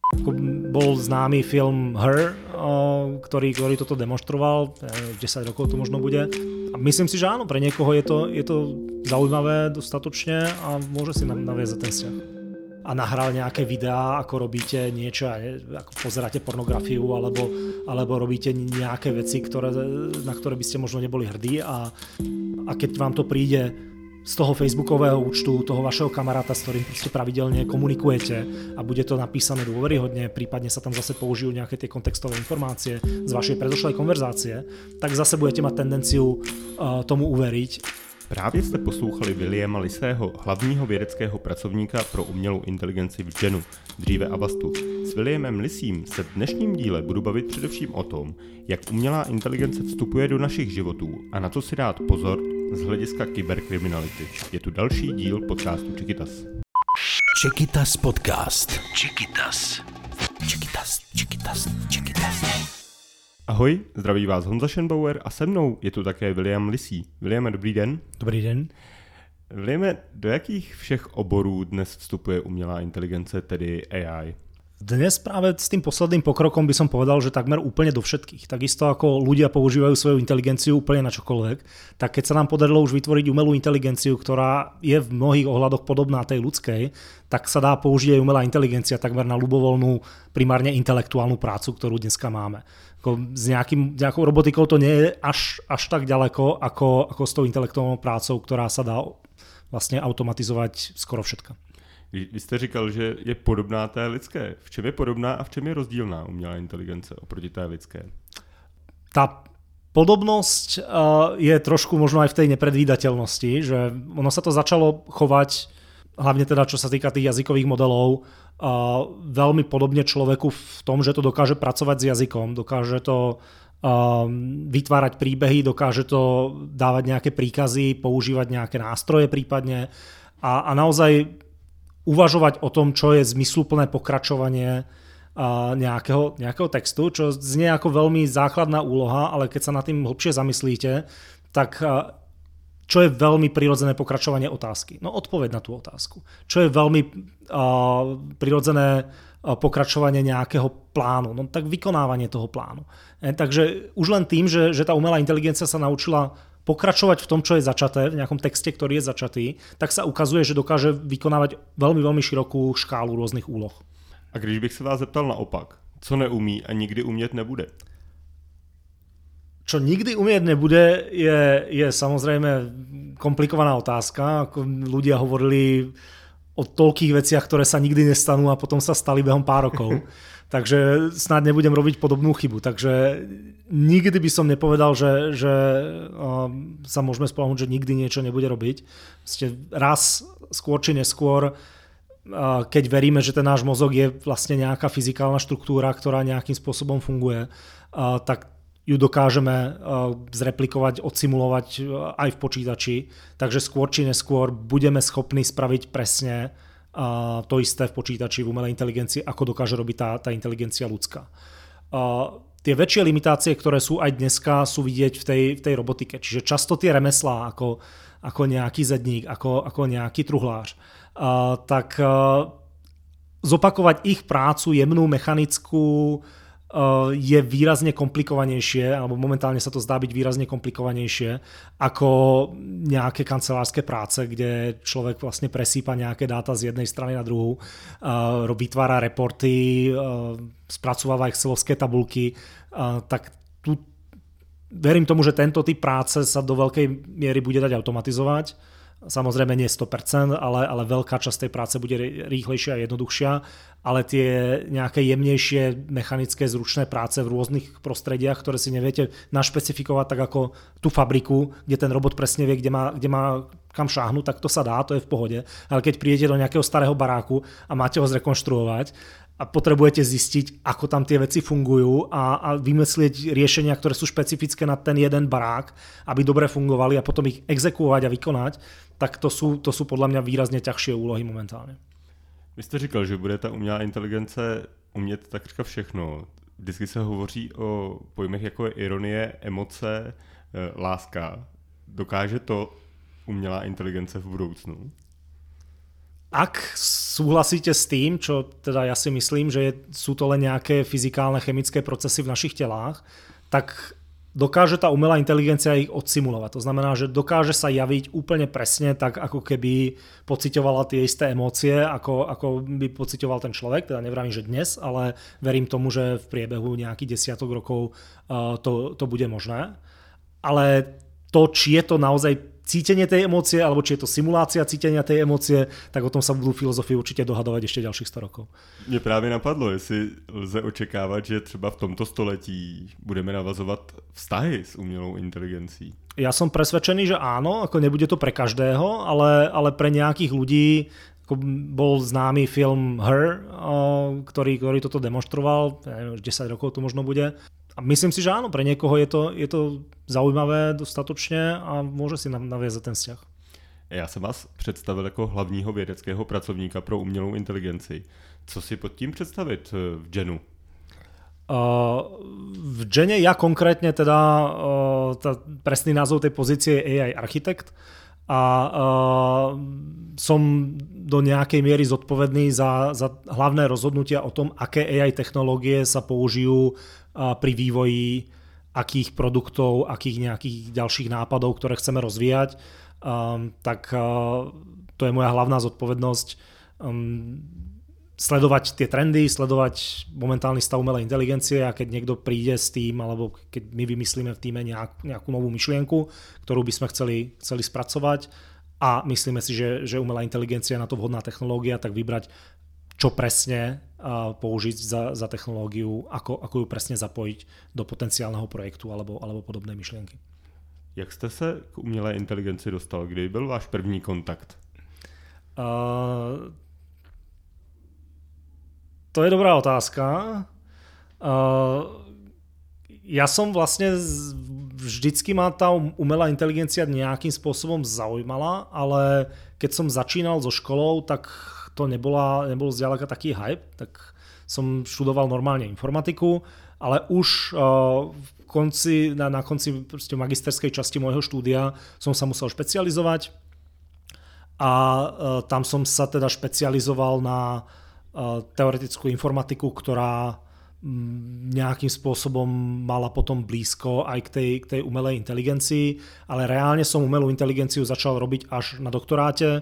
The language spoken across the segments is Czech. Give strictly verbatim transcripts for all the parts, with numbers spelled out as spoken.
Bol známy film Her, ktorý, ktorý toto demonstroval, desať rokov to možno bude. A myslím si, že áno, pre niekoho je to, je to zaujímavé dostatočne a môže si naviazať ten vzťah. A nahral nejaké videá, ako robíte niečo, ako pozeráte pornografiu, alebo, alebo robíte nejaké veci, ktoré, na ktoré by ste možno neboli hrdí a, a keď vám to príde z toho facebookového účtu, toho vašeho kamaráta, s ktorým proste pravidelne komunikujete a bude to napísané dôveryhodne, prípadne sa tam zase použijú nejaké tie kontextové informácie z vašej predošlej konverzácie, tak zase budete mať tendenciu uh, tomu uveriť. Právě jste poslouchali Williama Lisého, hlavního vědeckého pracovníka pro umělou inteligenci v Genu, dříve Avastu. S Williamem Lisým se v dnešním díle budu bavit především o tom, jak umělá inteligence vstupuje do našich životů a na co si dát pozor z hlediska kyberkriminality. Je tu další díl podcastu Chiquitas. Chiquitas podcast. Chiquitas. Chiquitas, Chiquitas, Chiquitas. Ahoj, zdraví vás Honza Schenbauer a se mnou je tu také William Lisý. Williame, dobrý den. Dobrý den. Williame, do jakých všech oborů dnes vstupuje umělá inteligence, tedy á í? Dnes práve s tým posledným pokrokom by som povedal, že takmer úplne do všetkých. Takisto ako ľudia používajú svoju inteligenciu úplne na čokoľvek, tak keď sa nám podarilo už vytvoriť umelú inteligenciu, ktorá je v mnohých ohľadoch podobná tej ľudskej, tak sa dá použiť aj umelá inteligencia takmer na ľubovoľnú, primárne intelektuálnu prácu, ktorú dneska máme. S nejakým, nejakou robotikou to nie je až, až tak ďaleko, ako, ako s tou intelektuálnou prácou, ktorá sa dá vlastne automatizovať skoro všetko. Vy jste říkal, že je podobná té lidské. V čem je podobná a v čem je rozdílná umělá inteligence oproti té lidské? Tá podobnosť je trošku možno aj v tej nepredvídateľnosti, že ono sa to začalo chovať, hlavne teda čo sa týka tých jazykových modelov, veľmi podobne človeku v tom, že to dokáže pracovať s jazykom, dokáže to vytvárať príbehy, dokáže to dávať nejaké príkazy, používať nejaké nástroje prípadne a, a naozaj uvažovať o tom, čo je zmysluplné pokračovanie nejakého, nejakého textu, čo znie ako veľmi základná úloha, ale keď sa nad tým hlbšie zamyslíte, tak čo je veľmi prirodzené pokračovanie otázky? No odpoveď na tú otázku. Čo je veľmi uh, prirodzené pokračovanie nejakého plánu? No tak vykonávanie toho plánu. E, takže už len tým, že, že tá umelá inteligencia sa naučila pokračovať v tom, čo je začaté, v nejakom texte, ktorý je začatý, tak sa ukazuje, že dokáže vykonávať veľmi, veľmi širokú škálu rôznych úloh. A když bych se vás zeptal naopak, co neumí a nikdy umět nebude? Čo nikdy umieť nebude, je, je samozrejme komplikovaná otázka. Ako ľudia hovorili o toľkých veciach, ktoré sa nikdy nestanú a potom sa stali behom pár rokov. Takže snad nebudem robiť podobnú chybu. Takže nikdy by som nepovedal, že, že um, sa môžeme spoľahnúť, že nikdy niečo nebude robiť. Ste raz skôr či neskôr, uh, keď veríme, že ten náš mozog je vlastne nejaká fyzikálna štruktúra, ktorá nejakým spôsobom funguje, uh, tak ju dokážeme uh, zreplikovať, odsimulovať uh, aj v počítači. Takže skôr či neskôr budeme schopní spraviť presne a to isté v počítači, v umelej inteligencii, ako dokáže robiť tá, tá inteligencia ľudská. A tie väčšie limitácie, ktoré sú aj dneska, sú vidieť v tej, v tej robotike. Čiže často tie remeslá, ako, ako nejaký zedník, ako, ako nejaký truhlář, a, tak a, zopakovať ich prácu jemnú, mechanickú, je výrazne komplikovanejšie, alebo momentálne sa to zdá byť výrazne komplikovanejšie ako nejaké kancelárske práce, kde človek vlastne presýpa nejaké dáta z jednej strany na druhú, vytvára reporty, spracováva excelovské tabulky, tak tu verím tomu, že tento typ práce sa do veľkej miery bude dať automatizovať. Samozrejme nie sto percent, ale, ale veľká časť tej práce bude rýchlejšia a jednoduchšia, ale tie nejaké jemnejšie mechanické zručné práce v rôznych prostrediach, ktoré si neviete našpecifikovať tak ako tú fabriku, kde ten robot presne vie, kde má, kde má kam šáhnuť, tak to sa dá, to je v pohode. Ale keď prídete do nejakého starého baráku a máte ho zrekonštruovať a potrebujete zistiť, ako tam tie veci fungujú a, a vymyslieť riešenia, ktoré sú špecifické na ten jeden barák, aby dobre fungovali a potom ich exekuovať a vykonať, tak to sú, to sú podľa mňa výrazne ťažšie úlohy momentálne. Vy jste říkal, že bude ta umělá inteligence umět takřka všechno. Vždycky se hovoří o pojmech jako je ironie, emoce, láska. Dokáže to umělá inteligence v budoucnu? Ak súhlasíte s tým, čo teda ja si myslím, že je, sú to len nejaké fyzikálne, chemické procesy v našich telách, tak dokáže tá umelá inteligencia ich odsimulovať. To znamená, že dokáže sa javiť úplne presne tak, ako keby pociťovala tie isté emócie, ako, ako by pociťoval ten človek. Teda nevravím, že dnes, ale verím tomu, že v priebehu nejakých desiatok rokov uh, to, to bude možné. Ale to, či je to naozaj cítenie tej emócie, alebo či je to simulácia cítenia tej emócie, tak o tom sa budú filozofii určite dohadovať ešte ďalších sto rokov. Mě právě napadlo, jestli lze očekávat, že třeba v tomto století budeme navazovat vztahy s umělou inteligencí. Ja som presvedčený, že áno, ako nebude to pre každého, ale, ale pre nejakých ľudí, ako bol známy film Her, ktorý, ktorý toto demonstroval, neviem, desať rokov to možno bude. A myslím si, že áno, pre niekoho je to, je to zaujímavé dostatočně a může si navězat ten vzťah. Já jsem vás představil jako hlavního vědeckého pracovníka pro umělou inteligenci. Co si pod tím představit v Genu? Uh, v Gene ja konkrétne teda, uh, tá, presný názov tej pozície je A I architekt a uh, som do nejakej miery zodpovedný za, za hlavné rozhodnutia o tom, aké A I technológie sa použijú uh, pri vývoji akých produktov, akých nejakých ďalších nápadov, ktoré chceme rozvíjať. Um, tak uh, to je moja hlavná zodpovednosť. Um, sledovať tie trendy, sledovať momentálny stav umelej inteligencie a keď niekto príde s tým, alebo keď my vymyslíme v týme nejak, nejakú novú myšlienku, ktorú by sme chceli, chceli spracovať a myslíme si, že, že umelá inteligencia je na to vhodná technológia, tak vybrať, čo presne uh, použiť za, za technológiu, ako, ako ju presne zapojiť do potenciálneho projektu alebo, alebo podobné myšlienky. Jak jste se k umělé inteligenci dostal? Kdy byl váš první kontakt? Uh, To je dobrá otázka. Uh, ja som vlastne vždycky ma tá umelá inteligencia nejakým spôsobom zaujímala, ale keď som začínal so školou, tak to nebola, nebol zďaleka taký hype, tak som študoval normálne informatiku, ale už uh, v konci, na, na konci magisterskej časti môjho štúdia som sa musel špecializovať a uh, tam som sa teda špecializoval na teoretickú informatiku, ktorá nejakým spôsobom mala potom blízko aj k tej, k tej umelej inteligencii, ale reálne som umelú inteligenciu začal robiť až na doktoráte,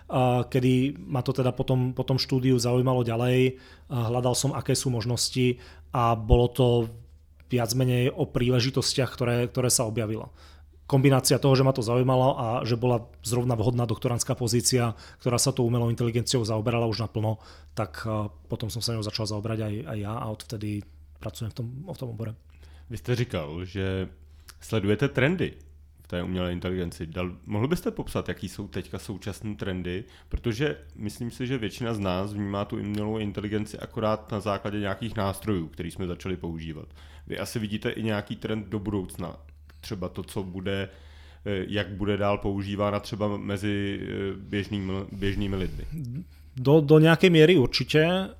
kedy ma to teda potom, potom štúdiu zaujímalo ďalej, hľadal som, aké sú možnosti a bolo to viac menej o príležitostiach, ktoré, ktoré sa objavilo. Kombinácia toho, že ma to zaujímalo a že bola zrovna vhodná doktorantská pozícia, ktorá sa tou umelou inteligenciou zaoberala už naplno, tak potom som sa ňou začal zaoberať aj, aj ja a odvtedy pracujem v tom, v tom obore. Vy jste říkal, že sledujete trendy v té umělé inteligenci. Dal, mohl byste popsat, jaký jsou teďka současné trendy? Protože myslím si, že většina z nás vnímá tu umělou inteligenci akorát na základě nějakých nástrojů, který jsme začali používat. Vy asi vidíte i nějaký trend do budoucna. Třeba to, co bude, jak bude dál používána třeba mezi běžnými, běžnými lidmi. Do, do nejakej miery určite.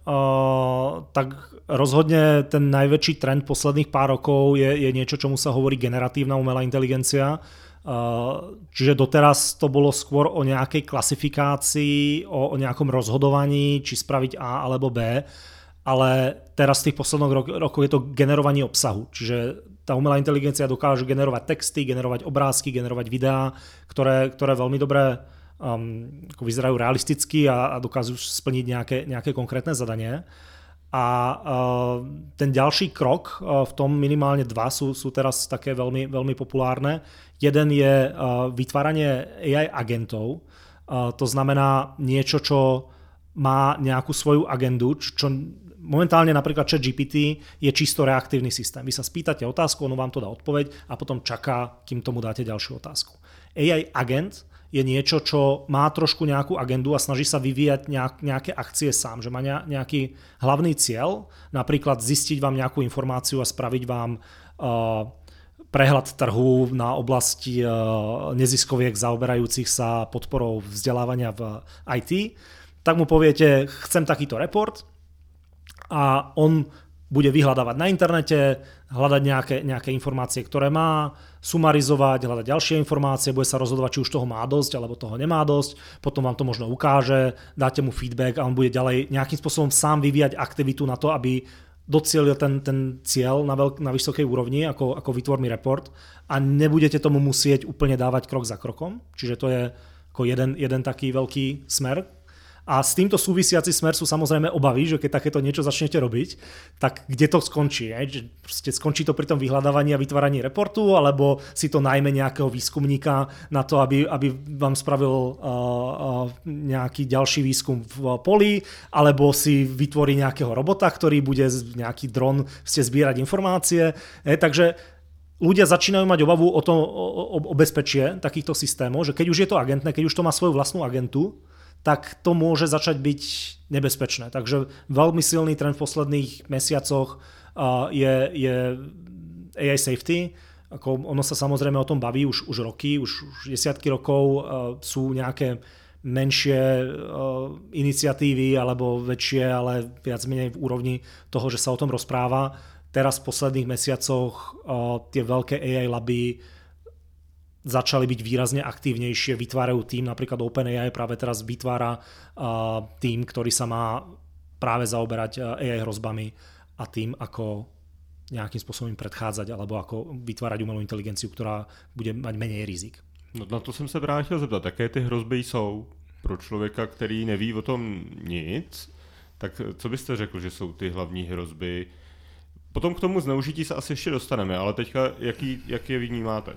Uh, tak rozhodne ten najväčší trend posledných pár rokov je, je niečo, čomu sa hovorí generatívna umelá inteligencia. Uh, čiže doteraz to bolo skôr o nejakej klasifikácii, o, o nejakom rozhodovaní, či spraviť A alebo B, ale teraz v tých posledných rokoch je to generovanie obsahu. Čiže tá umelá inteligencia dokáže generovať texty, generovať obrázky, generovať videá, ktoré, ktoré veľmi dobre um, ako vyzerajú realisticky a, a dokážu splniť nejaké, nejaké konkrétne zadanie. A uh, ten ďalší krok, uh, v tom minimálne dva sú, sú teraz také veľmi, veľmi populárne. Jeden je uh, vytváranie A I agentov. Uh, to znamená niečo, čo má nejakú svoju agendu, čo momentálne napríklad ChatGPT je čisto reaktívny systém. Vy sa spýtate otázku, ono vám to dá odpoveď a potom čaká, kým tomu dáte ďalšiu otázku. A I agent je niečo, čo má trošku nejakú agendu a snaží sa vyvíjať nejaké akcie sám, že má nejaký hlavný cieľ, napríklad zistiť vám nejakú informáciu a spraviť vám uh, prehľad trhu na oblasti uh, neziskoviek zaoberajúcich sa podporou vzdelávania v í té, tak mu poviete, chcem takýto report, a on bude vyhľadávať na internete, hľadať nejaké, nejaké informácie, ktoré má, sumarizovať, hľadať ďalšie informácie, bude sa rozhodovať, či už toho má dosť, alebo toho nemá dosť, potom vám to možno ukáže, dáte mu feedback a on bude ďalej nejakým spôsobom sám vyvíjať aktivitu na to, aby docielil ten, ten cieľ na, veľk, na vysokej úrovni, ako, ako vytvor mi report a nebudete tomu musieť úplne dávať krok za krokom, čiže to je ako jeden, jeden taký veľký smer. A s týmto súvisiaci smer sú samozrejme obavy, že keď takéto niečo začnete robiť, tak kde to skončí? Je? Že skončí to pri tom vyhľadávaní a vytváraní reportu, alebo si to najmä nejakého výskumníka na to, aby, aby vám spravil uh, uh, nejaký ďalší výskum v poli, alebo si vytvorí nejakého robota, ktorý bude nejaký dron ste zbierať informácie. Je? Takže ľudia začínajú mať obavu o, to, o, o bezpečie takýchto systémov, že keď už je to agentné, keď už to má svoju vlastnú agentu, tak to môže začať byť nebezpečné. Takže veľmi silný trend v posledných mesiacoch uh, je, je á í safety. Ako ono sa samozrejme o tom baví už, už roky, už, už desiatky rokov uh, sú nejaké menšie uh, iniciatívy alebo väčšie, ale viac menej v úrovni toho, že sa o tom rozpráva. Teraz v posledných mesiacoch uh, tie veľké á í laby začali byť výrazne aktívnejšie, vytvárajú tým, napríklad OpenAI práve teraz vytvára uh, tým, ktorý sa má práve zaoberať uh, á í hrozbami a tým, ako nejakým spôsobom predchádzať alebo ako vytvárať umelou inteligenciu, ktorá bude mať menej rizik. No na to jsem se právě chtěl zeptat, jaké ty hrozby jsou pro člověka, který neví o tom nic, tak co byste řekl, že jsou ty hlavní hrozby? Potom k tomu zneužití se asi ještě dostaneme, ale teďka jaký, jak je vnímáte?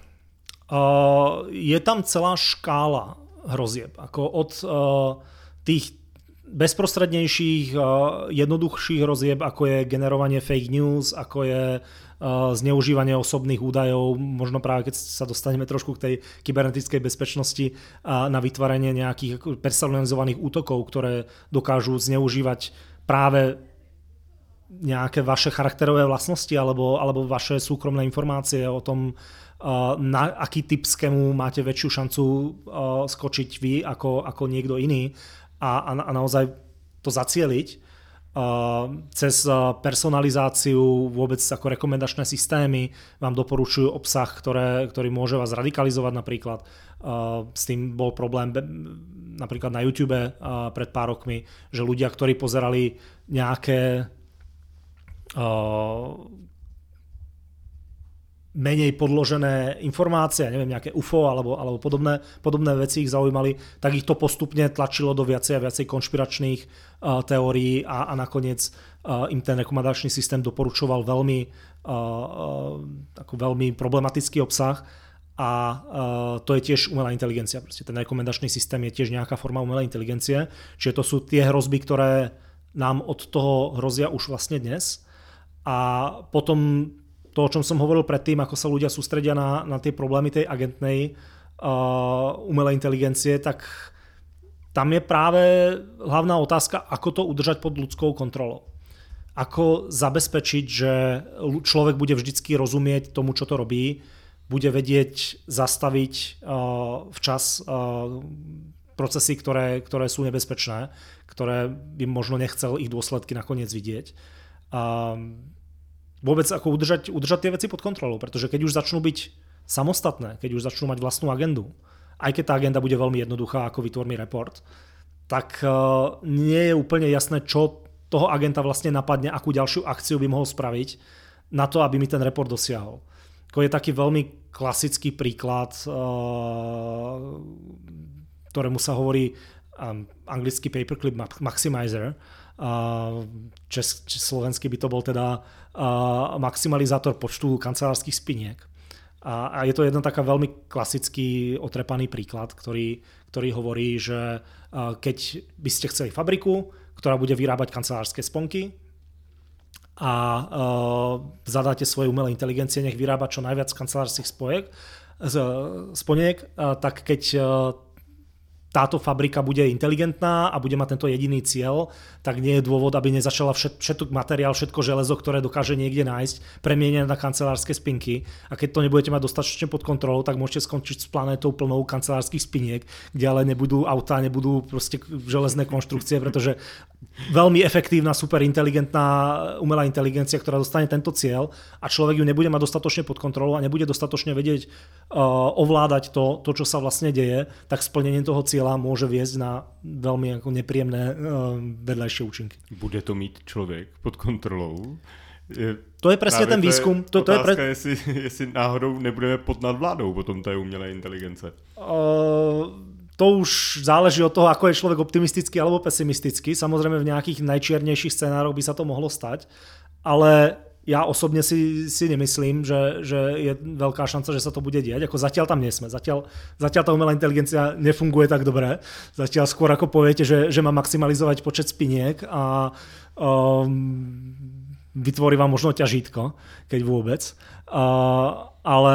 Uh, je tam celá škála hrozieb. Ako od uh, tých bezprostrednejších, uh, jednoduchších hrozieb, ako je generovanie fake news, ako je uh, zneužívanie osobných údajov, možno práve keď sa dostaneme trošku k tej kybernetickej bezpečnosti a na vytváranie nejakých personalizovaných útokov, ktoré dokážu zneužívať práve nejaké vaše charakterové vlastnosti alebo, alebo vaše súkromné informácie o tom, na aký typ skému máte väčšiu šancu skočiť vy ako, ako niekto iný a, a naozaj to zacieliť cez personalizáciu, vôbec ako rekomendačné systémy vám doporučujú obsah, ktoré, ktorý môže vás radikalizovať napríklad. S tým bol problém napríklad na YouTube pred pár rokmi, že ľudia, ktorí pozerali nejaké menej podložené informácie, neviem, nejaké ú ef ó alebo, alebo podobné, podobné veci ich zaujímali, tak ich to postupne tlačilo do viacej a viacej konšpiračných uh, teórií a, a nakoniec uh, im ten rekomendačný systém doporučoval veľmi, uh, uh, ako veľmi problematický obsah a uh, to je tiež umelá inteligencia. Proste ten rekomendačný systém je tiež nejaká forma umelej inteligencie, čiže to sú tie hrozby, ktoré nám od toho hrozia už vlastne dnes a potom to, o čom som hovoril predtým, ako sa ľudia sústredia na, na tie problémy tej agentnej uh, umelej inteligencie, tak tam je práve hlavná otázka, ako to udržať pod ľudskou kontrolou. Ako zabezpečiť, že človek bude vždycky rozumieť tomu, čo to robí, bude vedieť zastaviť uh, včas uh, procesy, ktoré, ktoré sú nebezpečné, ktoré by možno nechcel ich dôsledky nakoniec vidieť. Uh, vôbec ako udržať, udržať tie veci pod kontrolou, pretože keď už začnú byť samostatné, keď už začnú mať vlastnú agendu, aj keď tá agenda bude veľmi jednoduchá, ako vytvor mi report, tak uh, nie je úplne jasné, čo toho agenta vlastne napadne, akú ďalšiu akciu by mohol spraviť na to, aby mi ten report dosiahol. To je taký veľmi klasický príklad, uh, ktorému sa hovorí um, anglicky paperclip maximizer, Uh, čes, čes, slovenský by to bol teda uh, maximalizátor počtu kancelárskych spiniek. A, a je to jedna taká veľmi klasický otrepaný príklad, ktorý, ktorý hovorí, že uh, keď by ste chceli fabriku, ktorá bude vyrábať kancelárske sponky a uh, zadáte svoje umelé inteligencie, nech vyrába čo najviac kancelárskych spojek, z, sponiek, uh, tak keď uh, táto fabrika bude inteligentná a bude mať tento jediný cieľ, tak nie je dôvod, aby nezačala všet, všetok materiál, všetko železo, ktoré dokáže niekde nájsť, premieniať na kancelárske spinky. A keď to nebudete mať dostatočne pod kontrolou, tak môžete skončiť s planétou plnou kancelárskych spiniek, kde ale nebudú autá, nebudú proste železné konštrukcie, pretože veľmi efektívna, super inteligentná umelá inteligencia, ktorá dostane tento cieľ a človek ju nebude mať dostatočne pod kontrolou a nebude dostatočne vedieť uh, ovládať to, to, čo sa vlastne deje, tak splnenie toho cieľa môže viesť na veľmi ako nepríjemné uh, vedľajšie účinky. Bude to mít člověk pod kontrolou? Je, to je přesně ten výzkum. To, to je otázka, pre... jestli, jestli náhodou nebudeme pod nadvládou potom té umělé inteligence. Uh, to už záleží od toho, ako je človek optimistický alebo pesimistický. Samozrejme v nejakých najčiernejších scénároch by sa to mohlo stať, ale ja osobne si, si nemyslím, že, že je veľká šanca, že sa to bude diať. Ako zatiaľ tam nie sme. Zatiaľ, zatiaľ tá umelá inteligencia nefunguje tak dobre. Zatiaľ skôr ako poviete, že, že má maximalizovať počet spiniek a um, vytvorí vám možno ťažítko, keď vôbec. Uh, ale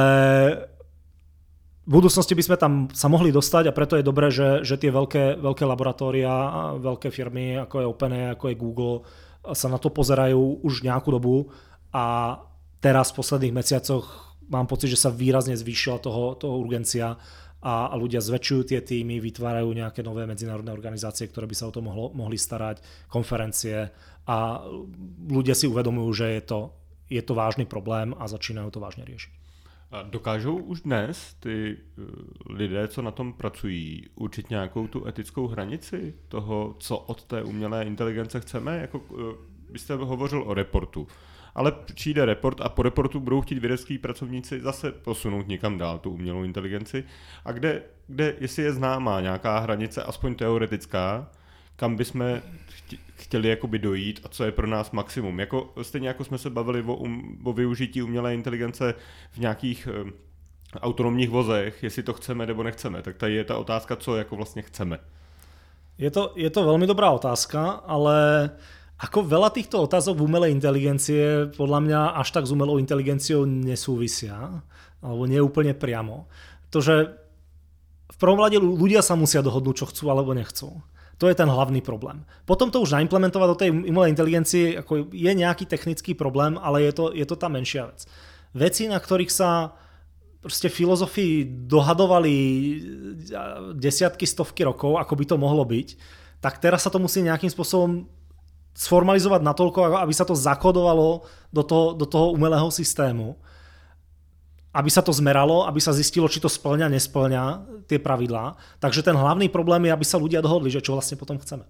v budúcnosti by sme tam sa mohli dostať a preto je dobré, že, že tie veľké, veľké laboratória a veľké firmy, ako je OpenAI, ako je Google, sa na to pozerajú už nejakú dobu a teraz v posledných mesiacoch mám pocit, že sa výrazne zvýšila toho, toho urgencia a, a ľudia zväčšujú tie týmy, vytvárajú nejaké nové medzinárodné organizácie, ktoré by sa o to mohlo, mohli starať, konferencie a ľudia si uvedomujú, že je to, je to vážny problém a začínajú to vážne riešiť. A dokážou už dnes ty lidé, co na tom pracují, určit nějakou tu etickou hranici toho, co od té umělé inteligence chceme? Jako, vy jste hovořil o reportu, ale přijde report a po reportu budou chtít vědecký pracovníci zase posunout někam dál tu umělou inteligenci. A kde, kde jestli je známá nějaká hranice, aspoň teoretická, kam bychom chtěli jakoby dojít a co je pro nás maximum. Jako, stejně jako jsme se bavili o, um, o využití umělé inteligence v nějakých um, autonomních vozech, jestli to chceme nebo nechceme, tak tady je ta otázka, co jako vlastně chceme. Je to, je to veľmi dobrá otázka, ale ako veľa týchto otázok v umelej inteligencie podľa mňa až tak s umelou inteligenciou nesúvisia, alebo nie úplne priamo. To, že v prvom rade ľudia sa musia dohodnúť, čo chcú alebo nechcú. To je ten hlavný problém. Potom to už naimplementovať do tej umelej inteligencie ako je nejaký technický problém, ale je to, je to tá menšia vec. Veci, na ktorých sa proste filozofii dohadovali desiatky, stovky rokov, ako by to mohlo byť, tak teraz sa to musí nejakým spôsobom sformalizovať natoľko, aby sa to zakodovalo do toho, do toho umelého systému, aby sa to zmeralo, aby sa zistilo, či to spĺňa, nespĺňa tie pravidlá. Takže ten hlavný problém je, aby sa ľudia dohodli, že čo vlastne potom chceme.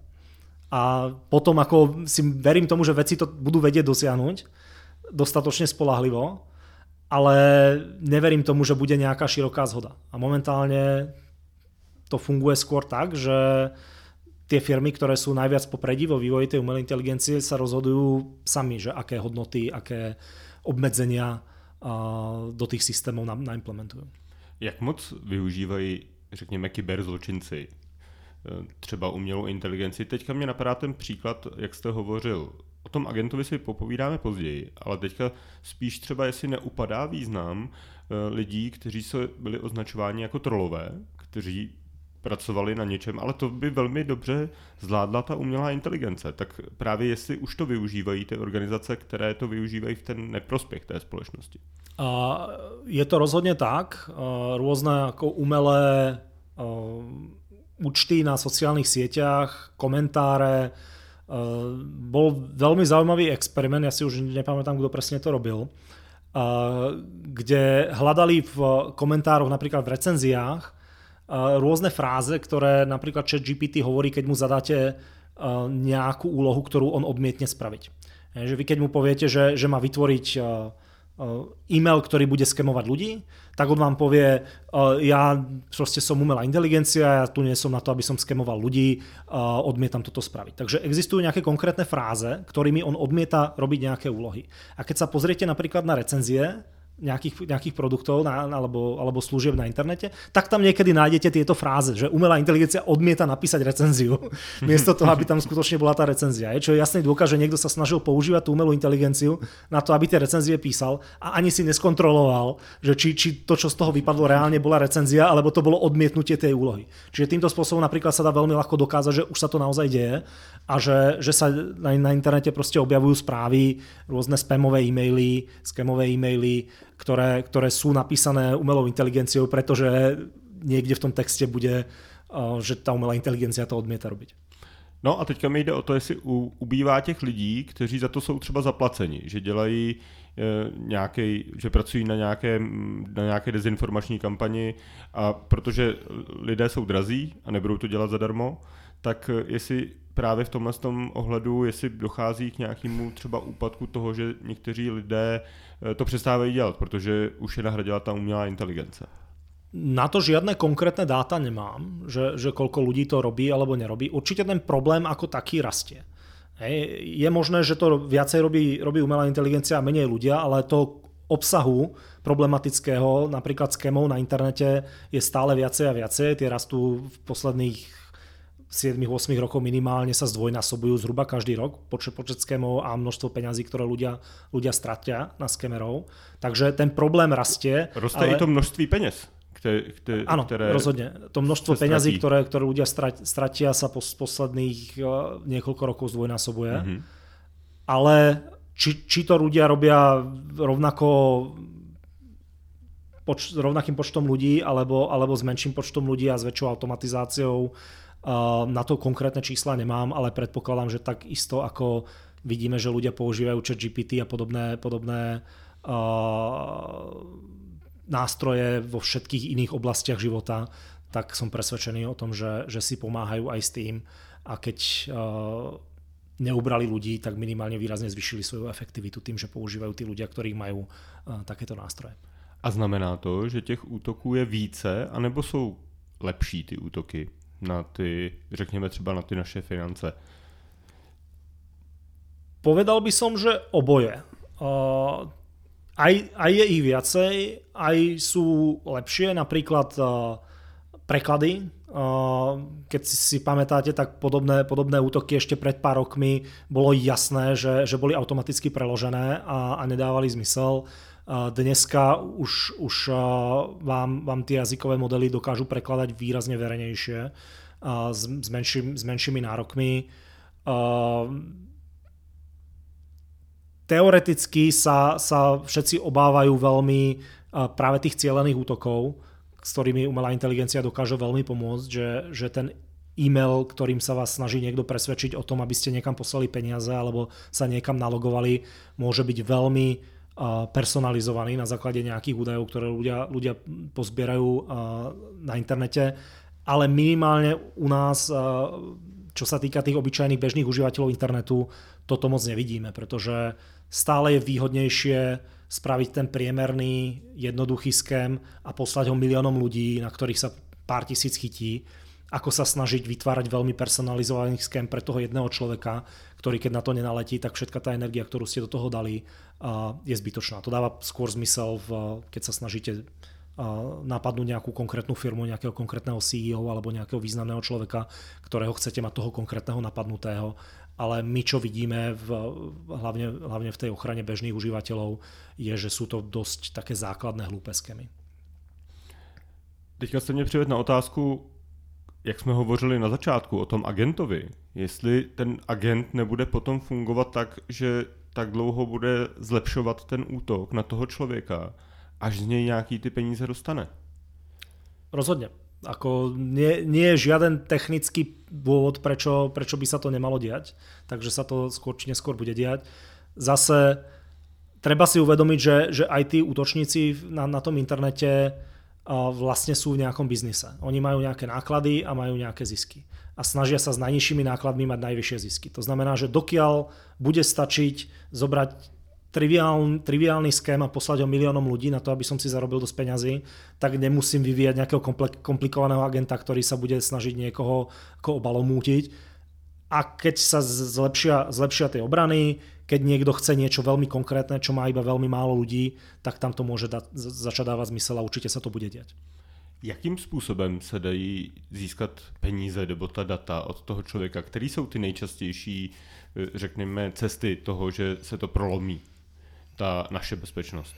A potom ako si verím tomu, že veci to budú vedieť dosiahnuť dostatočne spoľahlivo, ale neverím tomu, že bude nejaká široká zhoda. A momentálne to funguje skôr tak, že tie firmy, ktoré sú najviac popredí vo vývoji tej umelej inteligencie, sa rozhodujú sami, že aké hodnoty, aké obmedzenia do těch systémů naimplementují. Jak moc využívají, řekněme, kyberzločinci třeba umělou inteligenci? Teďka mě napadá ten příklad, jak jste hovořil. O tom agentovi si popovídáme později, ale teďka spíš třeba, jestli neupadá význam lidí, kteří se byli označováni jako trolové, kteří pracovali na něčem, ale to by velmi dobře zvládla ta umělá inteligence. Tak právě jestli už to využívají ty organizace, které to využívají v ten neprospěch té společnosti. A je to rozhodně tak. Různé jako umelé účty na sociálnych sieťach, komentáre. Bol veľmi zaujímavý experiment, ja si už nepamätám, kto presne to robil, kde hľadali v komentároch, napríklad v recenziách, rôzne fráze, ktoré napríklad ChatGPT hovorí, keď mu zadáte nejakú úlohu, ktorú on odmietne spraviť. Že vy keď mu poviete, že, že má vytvoriť e-mail, ktorý bude skemovať ľudí, tak on vám povie, ja proste som umelá inteligencia, ja tu nie som na to, aby som skemoval ľudí, odmietam toto spraviť. Takže existujú nejaké konkrétne fráze, ktorými on odmieta robiť nejaké úlohy. A keď sa pozriete napríklad na recenzie nejakých, nejakých produktov na, alebo, alebo služieb na internete, tak tam niekedy nájdete tieto fráze, že umelá inteligencia odmieta napísať recenziu, miesto toho, aby tam skutočne bola tá recenzia. Čo je jasný dôkaz, že niekto sa snažil používať tú umelú inteligenciu na to, aby tie recenzie písal a ani si neskontroloval, že či, či to, čo z toho vypadlo, reálne bola recenzia, alebo to bolo odmietnutie tej úlohy. Čiže týmto spôsobom napríklad sa dá veľmi ľahko dokázať, že už sa to naozaj deje a že, že sa na, na internete proste objavujú správy, rôzne spamové e-maily, scamové e-maily, Ktoré, ktoré sú napísané umelou inteligenciou, pretože niekde v tom texte bude, že ta umelá inteligencia to odmieta robiť. No a teďka mi jde o to, jestli ubývá těch lidí, kteří za to jsou třeba zaplaceni, že dělají nějaký, že pracují na nějaké, na nějaké dezinformační kampani a protože lidé jsou drazí a nebudou to dělat zadarmo, tak jestli právě v tomhle tom ohledu, jestli dochází k nějakému třeba úpadku toho, že někteří lidé to přestávají dělat, protože už je nahradila ta umělá inteligence. Na to žiadne konkrétne dáta nemám, že, že koľko ľudí to robí alebo nerobí. Určite ten problém ako taký rastie. Hej. Je možné, že to viacej robí, robí umelá inteligencia a menej ľudia, ale to obsahu problematického, napríklad scamov na internete, je stále viacej a viacej. Tie rastú v posledných sedem osem rokov minimálne, sa zdvojnásobujú zhruba každý rok počet, počet scamov a množstvo peňazí, ktoré ľudia, ľudia stratia na scamerov. Takže ten problém rastie. Roste ale... i to množství peněz. Které, Áno, ktoré rozhodne. To množstvo peňazí, ktoré, ktoré ľudia stratia, sa po posledných niekoľko rokov zdvojnásobuje. Mm-hmm. Ale či, či to ľudia robia rovnako poč, rovnakým počtom ľudí alebo, alebo s menším počtom ľudí a s väčšou automatizáciou, na to konkrétne čísla nemám, ale predpokladám, že tak isto ako vidíme, že ľudia používajú ChatGPT a podobné, podobné uh, nástroje vo všetkých iných oblastiach života, tak som presvedčený o tom, že, že si pomáhajú aj s tým a keď uh, neubrali ľudí, tak minimálne výrazne zvyšili svoju efektivitu tým, že používajú tí ľudia, ktorí majú uh, takéto nástroje. A znamená to, že těch útoků je více, anebo jsou lepší ty útoky na ty, řekněme třeba na ty naše finance? Povedal by som, že oboje. Uh, aj, aj je ich viacej, aj sú lepšie, napríklad uh, preklady. Uh, keď si, si pamätáte, tak podobné, podobné útoky ešte pred pár rokmi bolo jasné, že, že boli automaticky preložené a, a nedávali zmysel. Uh, dneska už, už uh, vám, vám tie jazykové modely dokážu prekladať výrazne verenejšie uh, s, s, menším, s menšími nárokmi. Uh, Teoreticky sa, sa všetci obávajú veľmi práve tých cielených útokov, s ktorými umelá inteligencia dokáže veľmi pomôcť, že, že ten e-mail, ktorým sa vás snaží niekto presvedčiť o tom, aby ste niekam poslali peniaze alebo sa niekam nalogovali, môže byť veľmi personalizovaný na základe nejakých údajov, ktoré ľudia, ľudia pozbierajú na internete. Ale minimálne u nás, čo sa týka tých obyčajných bežných užívateľov internetu, toto moc nevidíme, pretože stále je výhodnejšie spraviť ten priemerný, jednoduchý scam a poslať ho miliónom ľudí, na ktorých sa pár tisíc chytí, ako sa snažiť vytvárať veľmi personalizovaný scam pre toho jedného človeka, ktorý keď na to nenaletí, tak všetka tá energia, ktorú ste do toho dali, je zbytočná. To dáva skôr zmysel, keď sa snažíte napadnúť nejakú konkrétnu firmu, nejakého konkrétneho C E O alebo nejakého významného človeka, ktorého chcete mať toho konkrétneho napadnutého. Ale my, čo vidíme v, hlavne, hlavne v tej ochrane bežných užívateľov, je, že sú to dosť také základné hlúpe skémy. Teďka jste mě přivedl na otázku, jak jsme hovořili na začátku o tom agentovi. Jestli ten agent nebude potom fungovat tak, že tak dlouho bude zlepšovat ten útok na toho člověka, až z něj nějaký ty peníze dostane. Rozhodne. Ako nie, nie je žiaden technický dôvod, prečo, prečo by sa to nemalo diať, takže sa to skôr či neskôr bude diať. Zase treba si uvedomiť, že, že aj tí útočníci na, na tom internete uh, vlastne sú v nejakom biznise. Oni majú nejaké náklady a majú nejaké zisky. A snažia sa s najnižšími nákladmi mať najvyššie zisky. To znamená, že dokiaľ bude stačiť zobrať triviálny, triviálny ském a poslať ho miliónom ľudí na to, aby som si zarobil dosť peňazí, tak nemusím vyvíjať nejakého komplikovaného agenta, ktorý sa bude snažiť niekoho ako obalomútiť. A keď sa zlepšia, zlepšia tie obrany, keď niekto chce niečo veľmi konkrétne, čo má iba veľmi málo ľudí, tak tam to môže dať, začať dávať zmysel a určite sa to bude diať. Jakým způsobem se dají získat peníze nebo ta data od toho člověka? Který jsou ty nejčastější, řekněme, cesty toho, že se to prolomí, ta naše bezpečnost?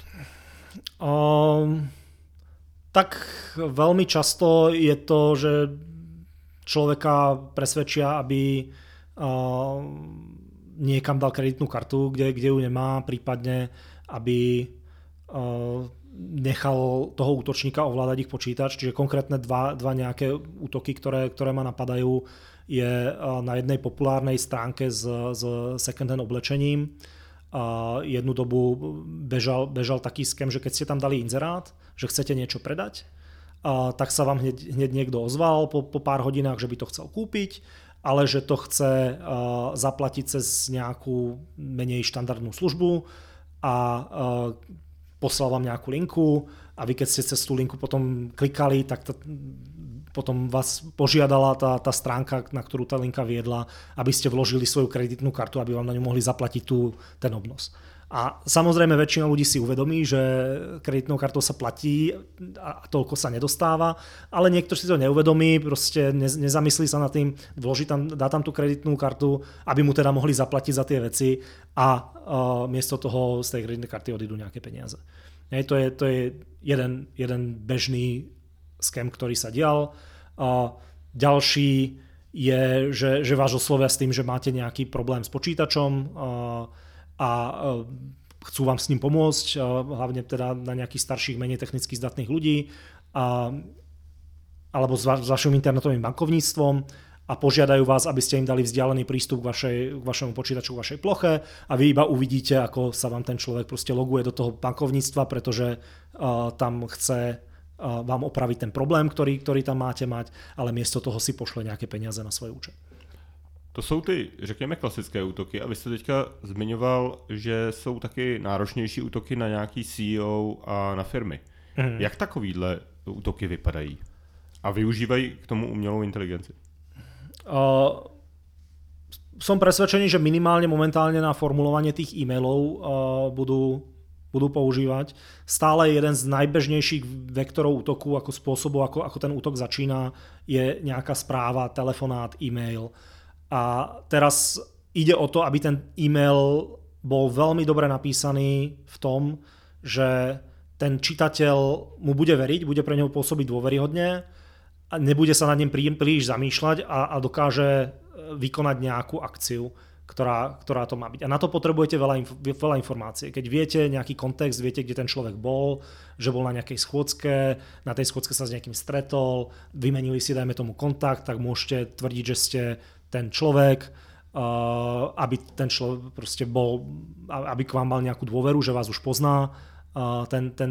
Um, tak veľmi často je to, že človeka presvedčia, aby uh, niekam dal kreditnú kartu, kde, kde ju nemá, prípadne aby uh, nechal toho útočníka ovládať ich počítač. Čiže konkrétne dva, dva nejaké útoky, ktoré, ktoré ma napadajú, je na jednej populárnej stránke s, s second-hand oblečením. A jednu dobu bežal, bežal taký skem, že keď ste tam dali inzerát, že chcete niečo predať, a tak sa vám hneď, hneď niekto ozval po, po pár hodinách, že by to chcel kúpiť, ale že to chce zaplatiť cez nejakú menej štandardnú službu a poslal vám nejakú linku a vy keď ste cez tú linku potom klikali, tak to, potom vás požiadala tá, tá stránka, na ktorú tá linka viedla, aby ste vložili svoju kreditnú kartu, aby vám na ňu mohli zaplatiť tú, ten obnos. A samozrejme väčšina ľudí si uvedomí, že kreditnou kartou sa platí a toľko sa nedostáva, ale niekto si to neuvedomí, proste nezamyslí sa nad tým, vloží tam, dá tam tú kreditnú kartu, aby mu teda mohli zaplatiť za tie veci a uh, miesto toho z tej kreditnej karty odídu nejaké peniaze. Hej, to je, to je jeden, jeden bežný scam, ktorý sa dial. Uh, ďalší je, že, že vás oslovia s tým, že máte nejaký problém s počítačom uh, a chcú vám s ním pomôcť, hlavne teda na nejakých starších, menej technicky zdatných ľudí, a, alebo s, va- s vašim internetovým bankovníctvom a požiadajú vás, aby ste im dali vzdialený prístup k, vašej, k vašemu počítaču, k vašej ploche a vy iba uvidíte, ako sa vám ten človek proste loguje do toho bankovníctva, pretože uh, tam chce uh, vám opraviť ten problém, ktorý, ktorý tam máte mať, ale miesto toho si pošle nejaké peniaze na svoj účet. To jsou ty, řekněme, klasické útoky a vy jste teďka zmiňoval, že jsou taky náročnější útoky na nějaký C E O a na firmy. Mm. Jak takovýhle útoky vypadají? A využívají k tomu umělou inteligenci? Uh, som presvedčený, že minimálne momentálne na formulovanie tých e-mailov uh, budú, budú používať. Stále jeden z najbežnejších vektorov útoku ako spôsobov, ako, ako ten útok začína, je nejaká správa, telefonát, e-mail. A teraz ide o to, aby ten e-mail bol veľmi dobre napísaný v tom, že ten čitateľ mu bude veriť, bude pre neho pôsobiť dôveryhodne a nebude sa nad ním príliš zamýšľať a, a dokáže vykonať nejakú akciu, ktorá, ktorá to má byť. A na to potrebujete veľa, inf- veľa informácií. Keď viete nejaký kontext, viete, kde ten človek bol, že bol na nejakej schôdzke, na tej schôdzke sa s niekým stretol, vymenili si, dajme tomu, kontakt, tak môžete tvrdiť, že ste ten človek, uh, aby ten človek proste bol, aby k vám mal nejakú dôveru, že vás už pozná. Uh, ten ten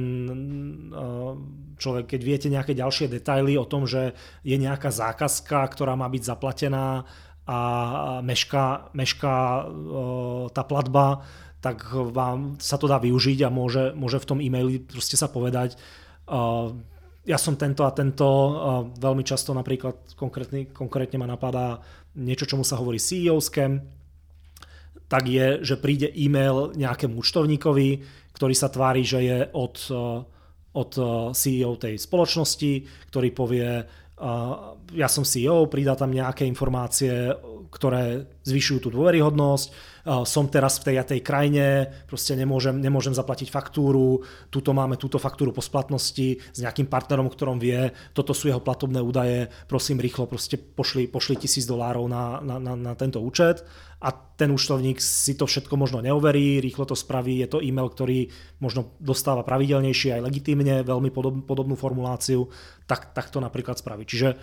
uh, človek, keď viete nejaké ďalšie detaily o tom, že je nejaká zákazka, ktorá má byť zaplatená a mešká, mešká uh, tá platba, tak vám sa to dá využiť a môže, môže v tom e-maili proste sa povedať, uh, ja som tento a tento, uh, veľmi často napríklad konkrétne, konkrétne ma napadá niečo, čomu sa hovorí C E O scam, tak je, že príde e-mail nejakému účtovníkovi, ktorý sa tvári, že je od, uh, od C E O tej spoločnosti, ktorý povie, uh, ja som C E O, pridá tam nejaké informácie, ktoré zvyšujú tú dôveryhodnosť, som teraz v tej a tej krajine, proste nemôžem, nemôžem zaplatiť faktúru, tuto máme túto faktúru po splatnosti s nejakým partnerom, ktorom vie, toto sú jeho platobné údaje, prosím rýchlo, proste pošli, pošli tisíc dolárov na, na, na, na tento účet a ten účtovník si to všetko možno neoverí, rýchlo to spraví, je to e-mail, ktorý možno dostáva pravidelnejšie aj legitímne, veľmi podob, podobnú formuláciu, tak, tak to napríklad spraví. Čiže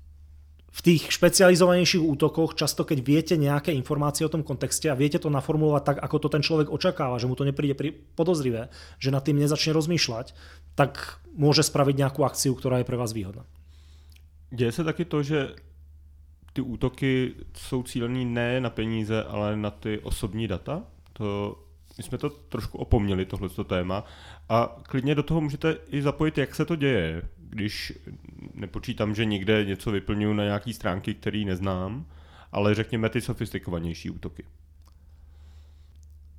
v tých špecializovanejších útokoch často, keď viete nejaké informácie o tom kontexte a viete to naformulovať tak, ako to ten človek očakáva, že mu to nepríde podozrivé, že nad tým nezačne rozmýšľať, tak môže spraviť nejakú akciu, ktorá je pre vás výhodná. Děje se taky to, že ty útoky jsou cílený ne na peníze, ale na ty osobní data? To, my jsme to trošku opomněli, tohleto téma. A klidně do toho můžete i zapojit, jak se to děje, když nepočítám, že někde něco vyplňuji na nějaký stránky, který neznám, ale řekněme ty sofistikovanější útoky.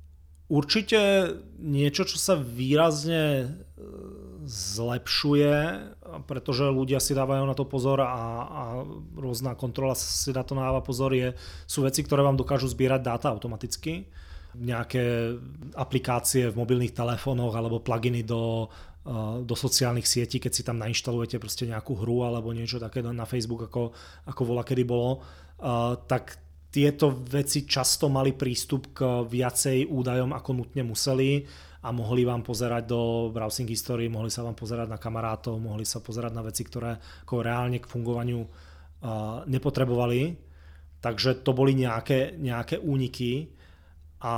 Určite niečo, čo sa výrazne zlepšuje, pretože ľudia si dávajú na to pozor a, a rôzna kontrola si na to dáva pozor, je, sú veci, ktoré vám dokážu zbierať dáta automaticky. Nejaké aplikácie v mobilných telefónoch alebo pluginy do, do sociálnych sietí, keď si tam nainštalujete proste nejakú hru alebo niečo také na Facebook, ako, ako voľa kedy bolo, tak tieto veci často mali prístup k viacej údajom, ako nutne museli a mohli vám pozerať do browsing history, mohli sa vám pozerať na kamarátov, mohli sa pozerať na veci, ktoré ako reálne k fungovaniu uh, nepotrebovali. Takže to boli nejaké, nejaké úniky. A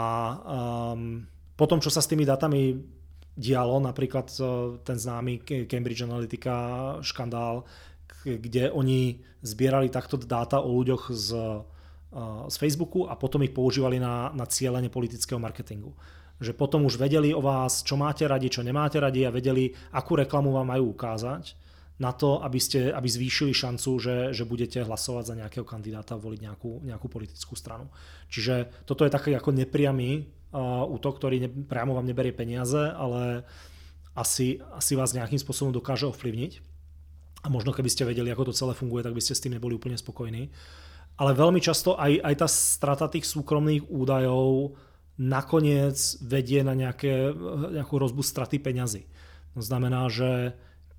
um, potom, čo sa s tými datami dialo, napríklad uh, ten známy Cambridge Analytica škandál, kde oni zbierali takto dáta o ľuďoch z z Facebooku a potom ich používali na, na cielenie politického marketingu. Že potom už vedeli o vás, čo máte radi, čo nemáte radi a vedeli, akú reklamu vám majú ukázať na to, aby, ste, aby zvýšili šancu, že, že budete hlasovať za nejakého kandidáta a voliť nejakú, nejakú politickú stranu. Čiže toto je taký ako nepriamy uh, útok, ktorý ne, priamo vám neberie peniaze, ale asi, asi vás nejakým spôsobom dokáže ovplyvniť. A možno keby ste vedeli, ako to celé funguje, tak by ste s tým neboli úplne spokojní. Ale veľmi často aj, aj tá strata tých súkromných údajov nakoniec vedie na nejaké, nejakú rozbu straty peňazí. To znamená, že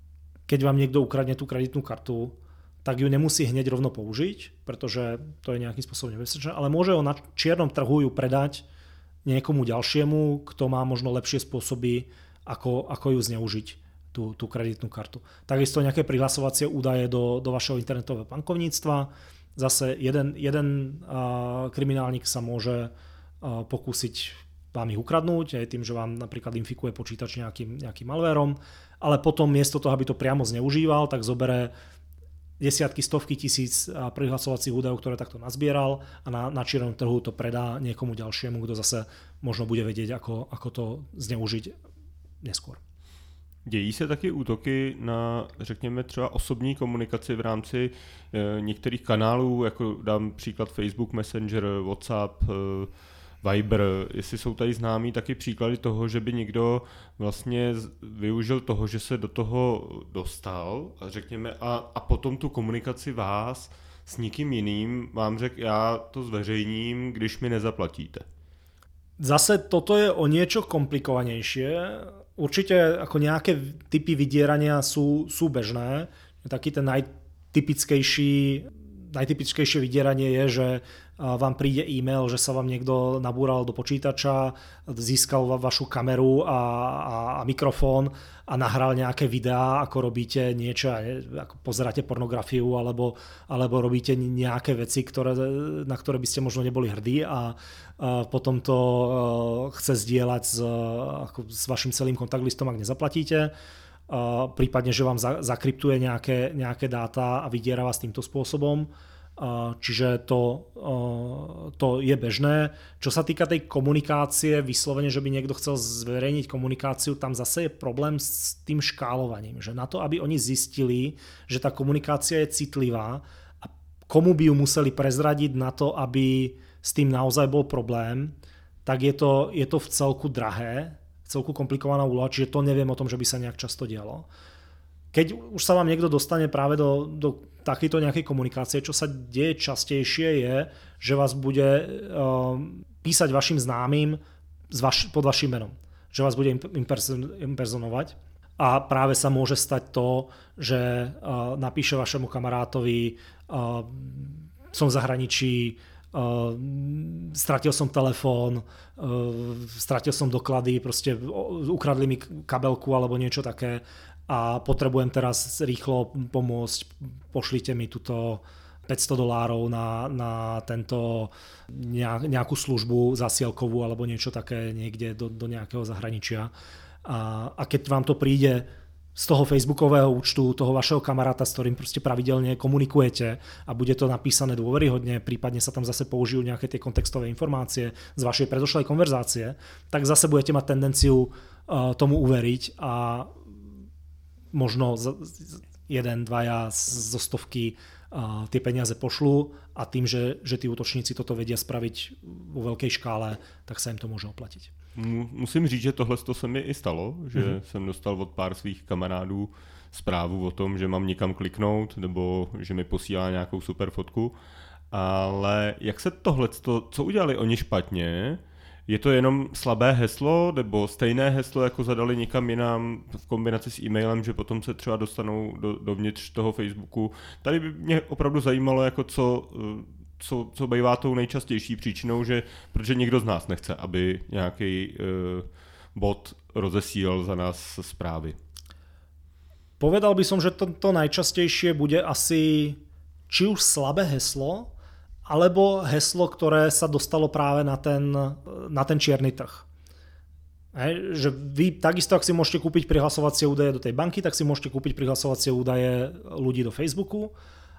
keď vám niekto ukradne tú kreditnú kartu, tak ju nemusí hneď rovno použiť, pretože to je nejakým spôsobom nebezpečné, ale môže ho na čiernom trhu ju predať niekomu ďalšiemu, kto má možno lepšie spôsoby, ako, ako ju zneužiť, tú, tú kreditnú kartu. Takisto nejaké prihlasovacie údaje do, do vašeho internetového bankovníctva. Zase jeden, jeden uh, kriminálnik sa môže uh, pokúsiť vám ich ukradnúť, aj tým, že vám napríklad infikuje počítač nejakým, nejakým malvérom, ale potom miesto toho, aby to priamo zneužíval, tak zobere desiatky, stovky tisíc uh, prihlasovacích údajov, ktoré takto nazbieral a na, na čiernom trhu to predá niekomu ďalšiemu, kto zase možno bude vedieť, ako, ako to zneužiť neskôr. Dějí se taky útoky na, řekněme, třeba osobní komunikaci v rámci e, některých kanálů, jako dám příklad Facebook Messenger, WhatsApp, e, Viber, jestli jsou tady známí taky příklady toho, že by někdo vlastně využil toho, že se do toho dostal, a řekněme, a, a potom tu komunikaci vás s nikým jiným vám řekl, já to zveřejním, když mi nezaplatíte. Zase toto je o niečo komplikovanejšie. Určite ako nejaké typy vydierania sú, sú bežné. Taký ten najtypickejší, najtypickejšie vydieranie je, že vám príde e-mail, že sa vám niekto nabúral do počítača, získal vašu kameru a, a, a mikrofón a nahral nejaké videá, ako robíte niečo, ako pozeráte pornografiu alebo, alebo robíte nejaké veci, ktoré, na ktoré by ste možno neboli hrdí a, a potom to chce zdieľať s, ako, s vašim celým kontaktlistom, ak nezaplatíte. A prípadne, že vám za, zakryptuje nejaké, nejaké dáta a vydiera vás týmto spôsobom. Čiže to, to je bežné. Čo sa týka tej komunikácie, vyslovene, že by niekto chcel zverejniť komunikáciu, tam zase je problém s tým škálovaním. Že na to, aby oni zistili, že tá komunikácia je citlivá a komu by ju museli prezradiť na to, aby s tým naozaj bol problém, tak je to, je to v celku drahé, v celku komplikovaná úloha, čiže to neviem o tom, že by sa nejak často dialo. Keď už sa vám niekto dostane práve do, do takéto nejakej komunikácie, čo sa deje častejšie je, že vás bude um, písať vašim známym vaš, pod vašim menom. Že vás bude imperson, impersonovať a práve sa môže stať to, že uh, napíše vašemu kamarátovi uh, som v zahraničí, Uh, stratil som telefón, uh, stratil som doklady, proste ukradli mi kabelku alebo niečo také a potrebujem teraz rýchlo pomôcť, pošlite mi tuto päťsto dolárov na, na tento nejakú službu zasielkovú alebo niečo také niekde do, do nejakého zahraničia. A, a keď vám to príde z toho facebookového účtu, toho vašeho kamaráta, s ktorým proste pravidelne komunikujete a bude to napísané dôveryhodne, prípadne sa tam zase použijú nejaké tie kontextové informácie z vašej predošlej konverzácie, tak zase budete mať tendenciu uh, tomu uveriť a možno z, jeden, dvaja zo stovky uh, tie peniaze pošlú a tým, že, že tí útočníci toto vedia spraviť vo veľkej škále, tak sa im to môže oplatiť. Musím říct, že tohle se mi i stalo, že mm-hmm. jsem dostal od pár svých kamarádů zprávu o tom, že mám někam kliknout nebo že mi posílá nějakou super fotku. Ale jak se tohle, co udělali oni špatně? Je to jenom slabé heslo nebo stejné heslo, jako zadali někam jinam v kombinaci s e-mailem, že potom se třeba dostanou do, dovnitř toho Facebooku? Tady by mě opravdu zajímalo, jako co, co, co bývá tou nejčastější příčinou, že protože nikdo z nás nechce, aby nějaký uh, bot rozesílal za nás zprávy. Povedal by som, že to, to najčastejšie bude asi či už slabé heslo, alebo heslo, ktoré sa dostalo práve na ten, na ten čierny trh. Hej, že vy takisto, ak si môžete kúpiť prihlasovacie údaje do tej banky, tak si môžete kúpiť prihlasovacie údaje ľudí do Facebooku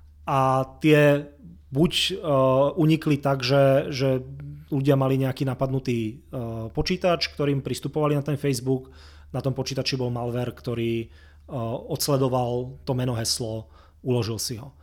a tie buď uh, unikli tak, že, že ľudia mali nejaký napadnutý uh, počítač, ktorým pristupovali na ten Facebook, na tom počítači bol malware, ktorý uh, odsledoval to meno heslo, uložil si ho.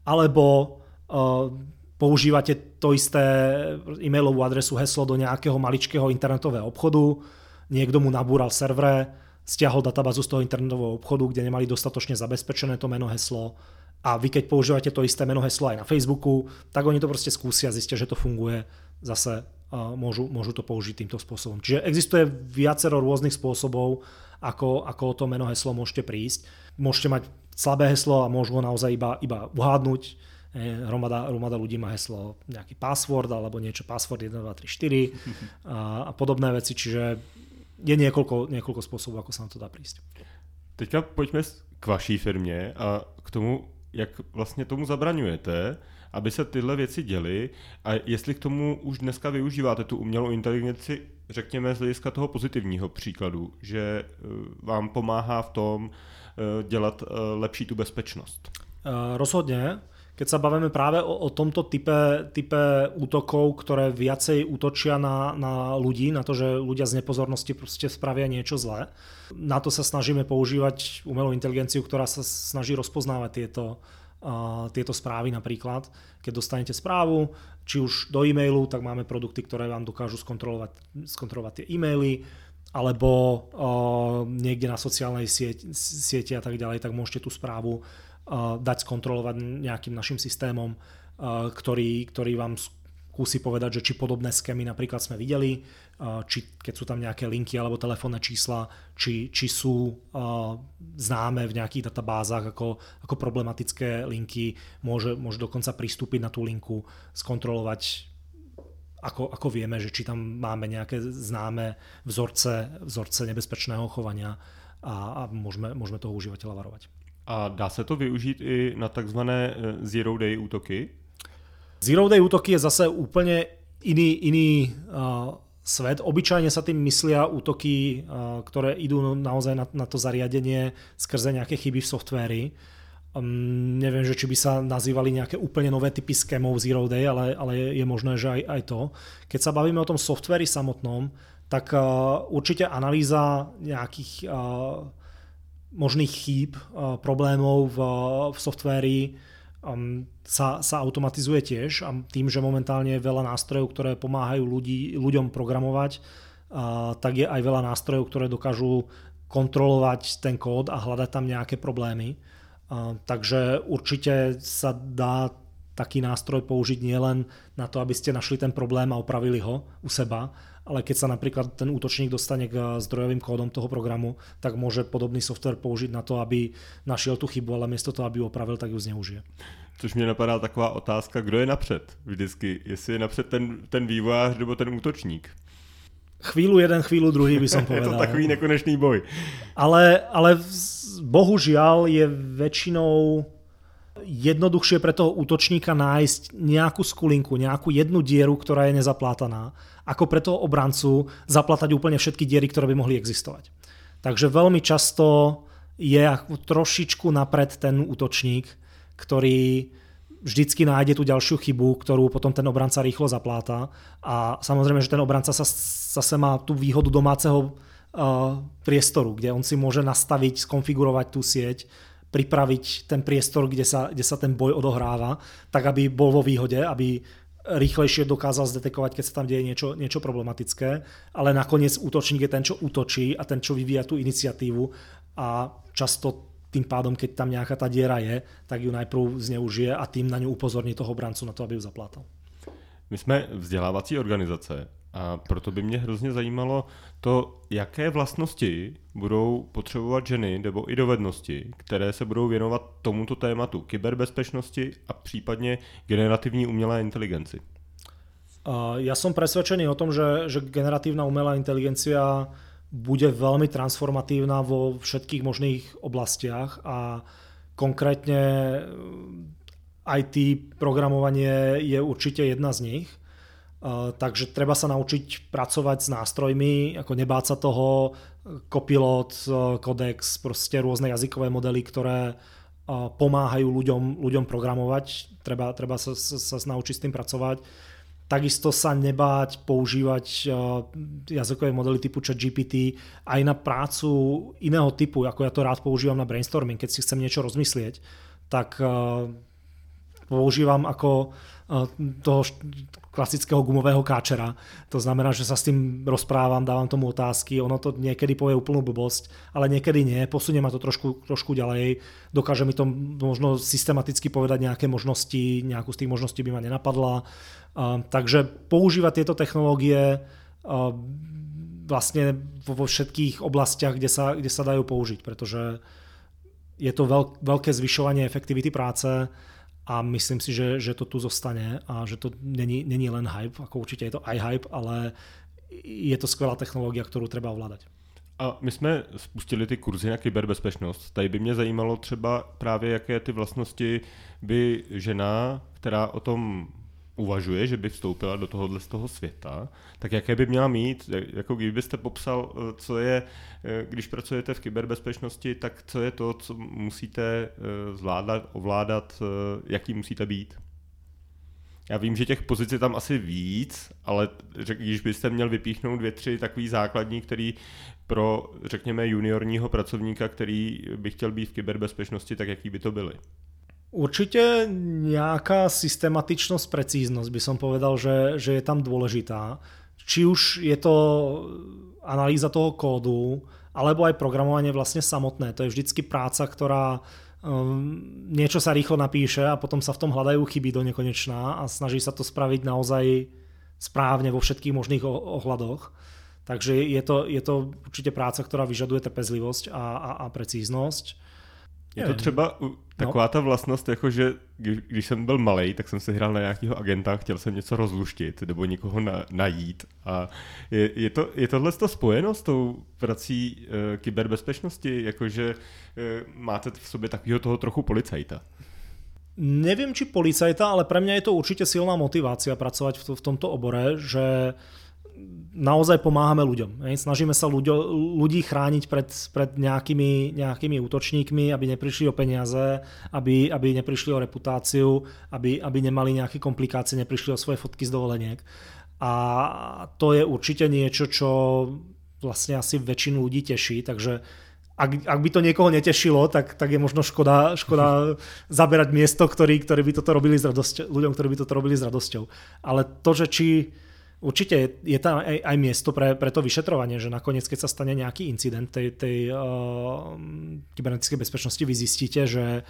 Alebo uh, používate to isté e-mailovú adresu heslo do nejakého maličkého internetového obchodu, niekto mu nabúral servere, stiahol databázu z toho internetového obchodu, kde nemali dostatočne zabezpečené to meno heslo a vy keď používate to isté meno heslo aj na Facebooku, tak oni to proste skúsia, zistia, že to funguje, zase uh, môžu, môžu to použiť týmto spôsobom. Čiže existuje viacero rôznych spôsobov, ako, ako o to meno heslo môžete prísť. Môžete mať slabé heslo a môžu ho naozaj iba, iba uhádnuť. Hromada, hromada ľudí má heslo nejaký password alebo niečo password jeden, dva, tri, štyri a, a podobné veci, čiže je niekoľko, niekoľko spôsobov, ako sa na to dá prísť. Teďka pojďme k vaší firmě a k tomu, jak vlastně tomu zabraňujete, aby se tyhle věci děly a jestli k tomu už dneska využíváte tu umělou inteligenci, řekněme z hlediska toho pozitivního příkladu, že vám pomáhá v tom dělat lepší tu bezpečnost. Uh, rozhodne. Keď sa bavíme práve o, o tomto type, type útokov, ktoré viacej útočia na, na ľudí, na to, že ľudia z nepozornosti proste spravia niečo zlé. Na to sa snažíme používať umelú inteligenciu, ktorá sa snaží rozpoznávať tieto, uh, tieto správy napríklad. Keď dostanete správu, či už do e-mailu, tak máme produkty, ktoré vám dokážu skontrolovať, skontrolovať tie e-maily, alebo uh, niekde na sociálnej sieti, sieti a tak ďalej, tak môžete tú správu Uh, dať skontrolovať nejakým našim systémom, uh, ktorý, ktorý vám skúsi povedať, že či podobné skémy napríklad sme videli, uh, či keď sú tam nejaké linky alebo telefónne čísla, či, či sú uh, známe v nejakých databázach ako, ako problematické linky, môže, môže dokonca pristúpiť na tú linku, skontrolovať, ako, ako vieme, že či tam máme nejaké známe vzorce, vzorce nebezpečného chovania a, a môžeme, môžeme toho užívateľa varovať. A dá se to využít i na takzvané zero day útoky? Zero day útoky je zase úplne iný, iný uh, svet. Obyčajne sa tým myslia útoky, uh, ktoré idú naozaj na, na to zariadenie skrze nejaké chyby v softvéri. Um, neviem, že či by sa nazývali nejaké úplne nové typy skémov zero day, ale, ale je možné, že aj, aj to. Keď sa bavíme o tom softvéri samotnom, tak uh, určite analýza nejakých uh, možných chýb, problémov v, v softvéri um, sa, sa automatizuje tiež a tým, že momentálne je veľa nástrojov, ktoré pomáhajú ľudí, ľuďom programovať, uh, tak je aj veľa nástrojov, ktoré dokážu kontrolovať ten kód a hľadať tam nejaké problémy. Uh, takže určite sa dá taký nástroj použiť nielen na to, aby ste našli ten problém a opravili ho u seba, ale keď sa napríklad ten útočník dostane k zdrojovým kódom toho programu, tak môže podobný software použiť na to, aby našiel tú chybu, ale miesto toho, aby ju opravil, tak ju zneužije. Což mě napadá taková otázka, kdo je napřed vždycky, jestli je napřed ten, ten vývojář nebo ten útočník. Chvíľu jeden, chvíľu druhý by som povedal. Je to takový nekonečný boj. Ale, ale bohužiaľ je väčšinou jednoduchšie pre toho útočníka nájsť nejakú skulinku, nejakú jednu dieru, ktorá je nezaplátaná, ako pre toho obrancu zaplatať úplne všetky diery, ktoré by mohli existovať. Takže veľmi často je trošičku napred ten útočník, ktorý vždycky nájde tú ďalšiu chybu, ktorú potom ten obranca rýchlo zapláta a samozrejme, že ten obranca sa zase má tú výhodu domáceho uh, priestoru, kde on si môže nastaviť, skonfigurovať tú sieť pripraviť ten priestor, kde sa, kde sa ten boj odohráva, tak aby bol vo výhode, aby rýchlejšie dokázal zdetekovať, keď sa tam deje niečo, niečo problematické, ale nakoniec útočník je ten, čo útočí a ten, čo vyvíja tú iniciatívu a často tým pádom, keď tam nejaká tá diera je, tak ju najprv zneužije a tým na ňu upozorní toho brancu na to, aby ju zaplátal. My jsme vzdělávací organizace a proto by mě hrozně zajímalo to, jaké vlastnosti budou potřebovat ženy nebo i dovednosti, které se budou věnovat tomuto tématu kyberbezpečnosti a případně generativní umělé inteligenci. Ja som presvedčený o tom, že, že generatívna umelá inteligencia bude veľmi transformatívna vo všetkých možných oblastiach a konkrétne í té programovanie je určite jedna z nich. Takže treba sa naučiť pracovať s nástrojmi, ako nebáť sa toho, Copilot, Codex, proste rôzne jazykové modely, ktoré pomáhajú ľuďom, ľuďom programovať. Treba, treba sa, sa, sa naučiť s tým pracovať. Takisto sa nebáť používať jazykové modely typu ChatGPT aj na prácu iného typu, ako ja to rád používam na brainstorming, keď si chcem niečo rozmyslieť, tak používam ako toho klasického gumového káčera. To znamená, že sa s tým rozprávam, dávam tomu otázky, ono to niekedy povie úplnú blbosť, ale niekedy nie, posunie ma to trošku, trošku ďalej, dokáže mi to možno systematicky povedať nejaké možnosti, nejakú z tých možností by ma nenapadla. Uh, takže používať tieto technológie uh, vlastne vo, vo všetkých oblastiach, kde sa, kde sa dajú použiť, pretože je to veľk, veľké zvyšovanie efektivity práce a myslím si, že, že to tu zostane a že to není, není len hype, ako určite je to aj hype, ale je to skvělá technologie, kterou třeba ovládat. A my jsme spustili ty kurzy na kyberbezpečnost. Tady by mě zajímalo třeba právě, jaké ty vlastnosti by žena, která o tom uvažuje, že by vstoupila do tohohle z toho světa, tak jaké by měla mít, jako kdybyste popsal, co je, když pracujete v kyberbezpečnosti, tak co je to, co musíte zvládat, ovládat, jaký musíte být? Já vím, že těch pozic je tam asi víc, ale když byste měl vypíchnout dvě, tři takový základní, který pro, řekněme, juniorního pracovníka, který by chtěl být v kyberbezpečnosti, tak jaký by to byly? Určite nejaká systematičnosť, precíznosť by som povedal, že, že je tam dôležitá. Či už je to analýza toho kódu, alebo aj programovanie vlastne samotné. To je vždycky práca, ktorá um, niečo sa rýchlo napíše a potom sa v tom hľadajú chyby do nekonečná a snaží sa to spraviť naozaj správne vo všetkých možných ohľadoch. Takže je to, je to určite práca, ktorá vyžaduje trpezlivosť a, a, a precíznosť. Je to třeba taková ta vlastnost, jako že když jsem byl malej, tak jsem si hrál na nějakého agenta, chtěl jsem něco rozluštit nebo někoho na, najít. A je, je, to, je tohle to spojeno s tou prací e, kyberbezpečnosti, jakože e, máte v sobě takového toho trochu policajta? Neviem, či policajta, ale pre mňa je to určite silná motivácia pracovať v, to, v tomto obore, že naozaj pomáhame ľuďom. Snažíme sa ľuďo, ľudí chrániť pred, pred nejakými, nejakými útočníkmi, aby neprišli o peniaze, aby, aby neprišli o reputáciu, aby, aby nemali nejaké komplikácie, neprišli o svoje fotky z dovoleniek. A to je určite niečo, čo vlastne asi väčšinu ľudí teší, takže ak, ak by to niekoho netešilo, tak, tak je možno škoda, škoda zaberať miesto, ktorí, ktorí by toto robili s radosťou, ľuďom, ktorí by toto robili s radosťou. Ale to, že či určite je, je tam aj, aj miesto pre, pre to vyšetrovanie, že nakoniec, keď sa stane nejaký incident tej, tej uh, kybernetickej bezpečnosti, vy zistíte, že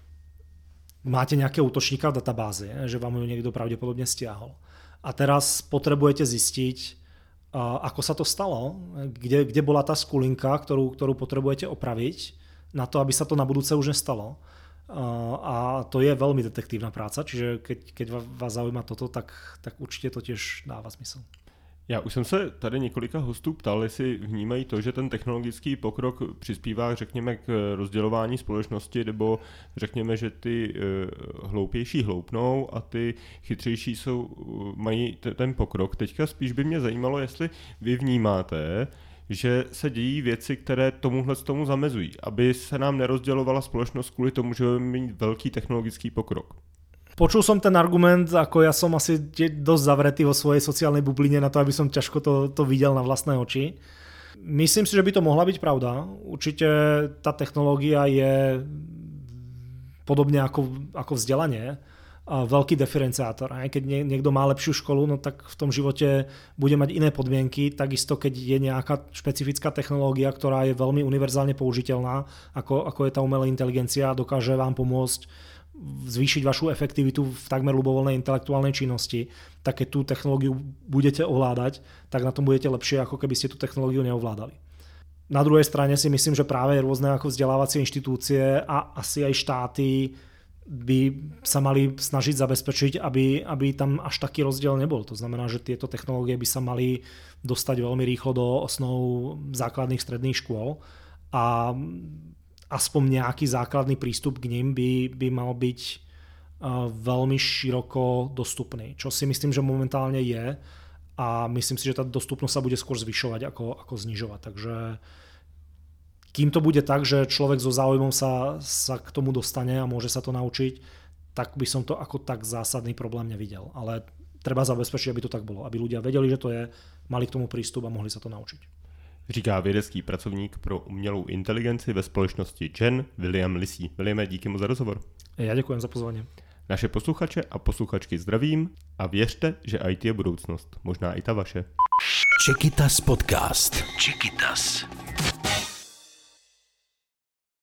máte nejakého útočníka v databáze, že vám ju niekto pravdepodobne stiahol. A teraz potrebujete zistiť, uh, ako sa to stalo, kde, kde bola tá skulinka, ktorú, ktorú potrebujete opraviť na to, aby sa to na budúce už nestalo. A to je veľmi detektívna práca, čiže keď, keď vás zaujíma toto, tak, tak určitě to tiež dává smysl. Já už jsem se tady několika hostů ptal, jestli vnímají to, že ten technologický pokrok přispívá, řekněme, k rozdělování společnosti, nebo řekněme, že ty hloupější hloupnou a ty chytřejší jsou, mají ten pokrok. Teďka spíš by mě zajímalo, jestli vy vnímáte, že se dějí věci, které tomuhle tomu zamezují, aby se nám nerozdělovala společnost kvůli tomu, že budeme mít velký technologický pokrok. Počul som ten argument, ako ja som asi dosť zavretý vo svojej sociálnej bubline na to, aby som ťažko to, to videl na vlastné oči. Myslím si, že by to mohla byť pravda. Určite tá technológia je podobne ako, ako vzdelanie, veľký diferenciátor. Keď niekto má lepšiu školu, no tak v tom živote bude mať iné podmienky, takisto keď je nejaká špecifická technológia, ktorá je veľmi univerzálne použiteľná, ako, ako je tá umelá inteligencia a dokáže vám pomôcť zvýšiť vašu efektivitu v takmer ľubovoľnej intelektuálnej činnosti, tak keď tú technológiu budete ovládať, tak na tom budete lepšie, ako keby ste tú technológiu neovládali. Na druhej strane si myslím, že práve rôzne ako vzdelávacie inštitúcie a asi aj štáty by sa mali snažiť zabezpečiť, aby, aby tam až taký rozdiel nebol. To znamená, že tieto technológie by sa mali dostať veľmi rýchlo do osnov základných stredných škôl a aspoň nejaký základný prístup k nim by, by mal byť uh, veľmi široko dostupný, čo si myslím, že momentálne je a myslím si, že tá dostupnosť sa bude skôr zvyšovať ako, ako znižovať. Takže kým to bude tak, že človek so záujmom sa, sa k tomu dostane a môže sa to naučiť, tak by som to ako tak zásadný problém nevidel. Ale treba zabezpečiť, aby to tak bolo. Aby ľudia vedeli, že to je, mali k tomu prístup a mohli sa to naučiť. Říká vědecký pracovník pro umělou inteligenci ve společnosti Gen William Lissy. Williame, díky mu za rozhovor. Ja ďakujem za pozvanie. Naše posluchače a posluchačky zdravím a věřte, že í té je budoucnost. Možná i ta vaše. Čekytas podcast. Čekytas.